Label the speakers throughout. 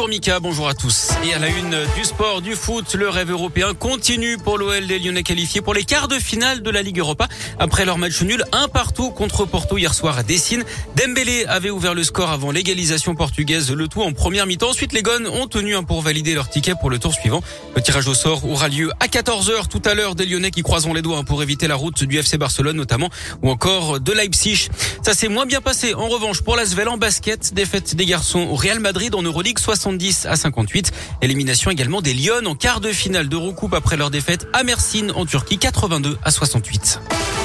Speaker 1: Bonjour Mika, bonjour à tous. Et à la une du sport, du foot, le rêve européen continue pour l'OL des Lyonnais qualifiés pour les quarts de finale de la Ligue Europa. Après leur match nul, 1-1 contre Porto hier soir à Dessine. Dembélé avait ouvert le score avant l'égalisation portugaise, le tout en première mi-temps. Ensuite, les Gones ont tenu pour valider leur ticket pour le tour suivant. Le tirage au sort aura lieu à 14h tout à l'heure. Des Lyonnais qui croiseront les doigts pour éviter la route du FC Barcelone notamment, ou encore de Leipzig. Ça s'est moins bien passé en revanche pour l'ASVEL en basket. Défaite des garçons au Real Madrid en Euroleague 70-58. Élimination également des Lions en quart de finale d'Eurocoupe après leur défaite à Mersin en Turquie 82-68.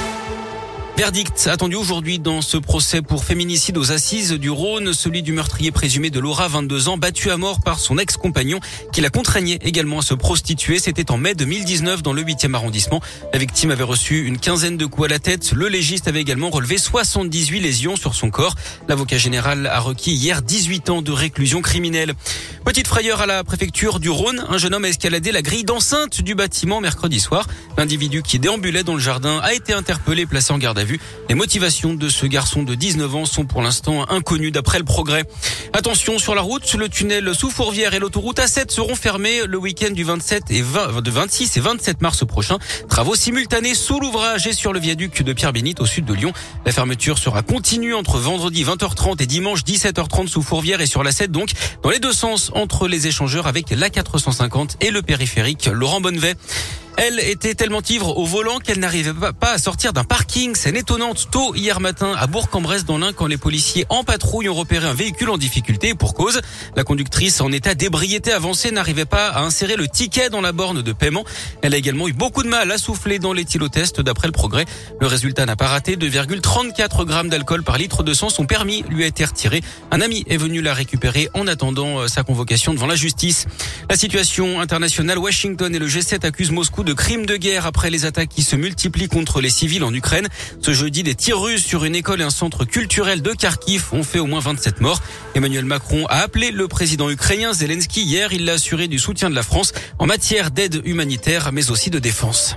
Speaker 1: Verdict attendu aujourd'hui dans ce procès pour féminicide aux assises du Rhône, celui du meurtrier présumé de Laura, 22 ans, battu à mort par son ex-compagnon qui la contraignait également à se prostituer. C'était en mai 2019 dans le 8e arrondissement. La victime avait reçu une quinzaine de coups à la tête. Le légiste avait également relevé 78 lésions sur son corps. L'avocat général a requis hier 18 ans de réclusion criminelle. Petite frayeur à la préfecture du Rhône. Un jeune homme a escaladé la grille d'enceinte du bâtiment mercredi soir. L'individu qui déambulait dans le jardin a été interpellé, placé en garde à vue. Les motivations de ce garçon de 19 ans sont pour l'instant inconnues d'après le Progrès. Attention sur la route, le tunnel sous Fourvière et l'autoroute A7 seront fermés le week-end du 26 et 27 mars prochain. Travaux simultanés sous l'ouvrage et sur le viaduc de Pierre-Bénite au sud de Lyon. La fermeture sera continue entre vendredi 20h30 et dimanche 17h30 sous Fourvière et sur l'A7 donc dans les deux sens entre les échangeurs avec l'A450 et le périphérique Laurent Bonnevet. Elle était tellement ivre au volant qu'elle n'arrivait pas à sortir d'un parking. Scène étonnante tôt hier matin à Bourg-en-Bresse dans l'Ain quand les policiers en patrouille ont repéré un véhicule en difficulté et pour cause. La conductrice en état d'ébriété avancée n'arrivait pas à insérer le ticket dans la borne de paiement. Elle a également eu beaucoup de mal à souffler dans l'éthylotest d'après le Progrès. Le résultat n'a pas raté. 2,34 grammes d'alcool par litre de sang. Son permis lui a été retiré. Un ami est venu la récupérer en attendant sa convocation devant la justice. La situation internationale, Washington et le G7 accusent Moscou de crimes de guerre après les attaques qui se multiplient contre les civils en Ukraine. Ce jeudi, des tirs russes sur une école et un centre culturel de Kharkiv ont fait au moins 27 morts. Emmanuel Macron a appelé le président ukrainien Zelensky hier. Il l'a assuré du soutien de la France en matière d'aide humanitaire, mais aussi de défense.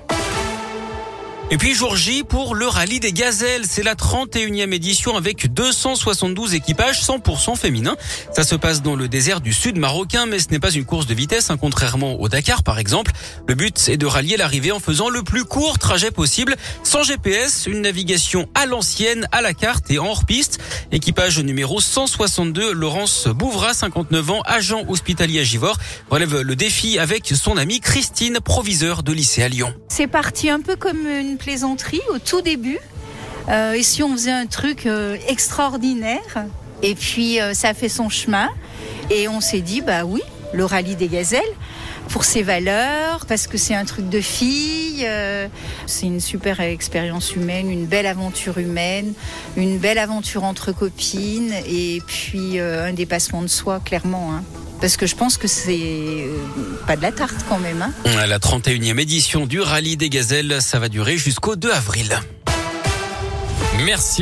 Speaker 1: Et puis jour J pour le rallye des gazelles. C'est la 31e édition avec 272 équipages 100% féminins. Ça se passe dans le désert du sud marocain, mais ce n'est pas une course de vitesse, contrairement au Dakar par exemple. Le but est de rallier l'arrivée en faisant le plus court trajet possible, sans GPS, une navigation à l'ancienne, à la carte et en hors-piste. Équipage numéro 162, Laurence Bouvra, 59 ans, agent hospitalier à Givors, relève le défi avec son amie Christine, proviseure de lycée à Lyon.
Speaker 2: C'est parti un peu comme une plaisanterie au tout début. Et si on faisait un truc extraordinaire, et puis ça a fait son chemin, et on s'est dit bah oui, le rallye des gazelles, pour ses valeurs, parce que c'est un truc de fille, c'est une super expérience humaine, une belle aventure humaine, une belle aventure entre copines, et puis un dépassement de soi clairement. Parce que je pense que c'est pas de la tarte quand même.
Speaker 1: La 31e édition du rallye des gazelles, ça va durer jusqu'au 2 avril. Merci.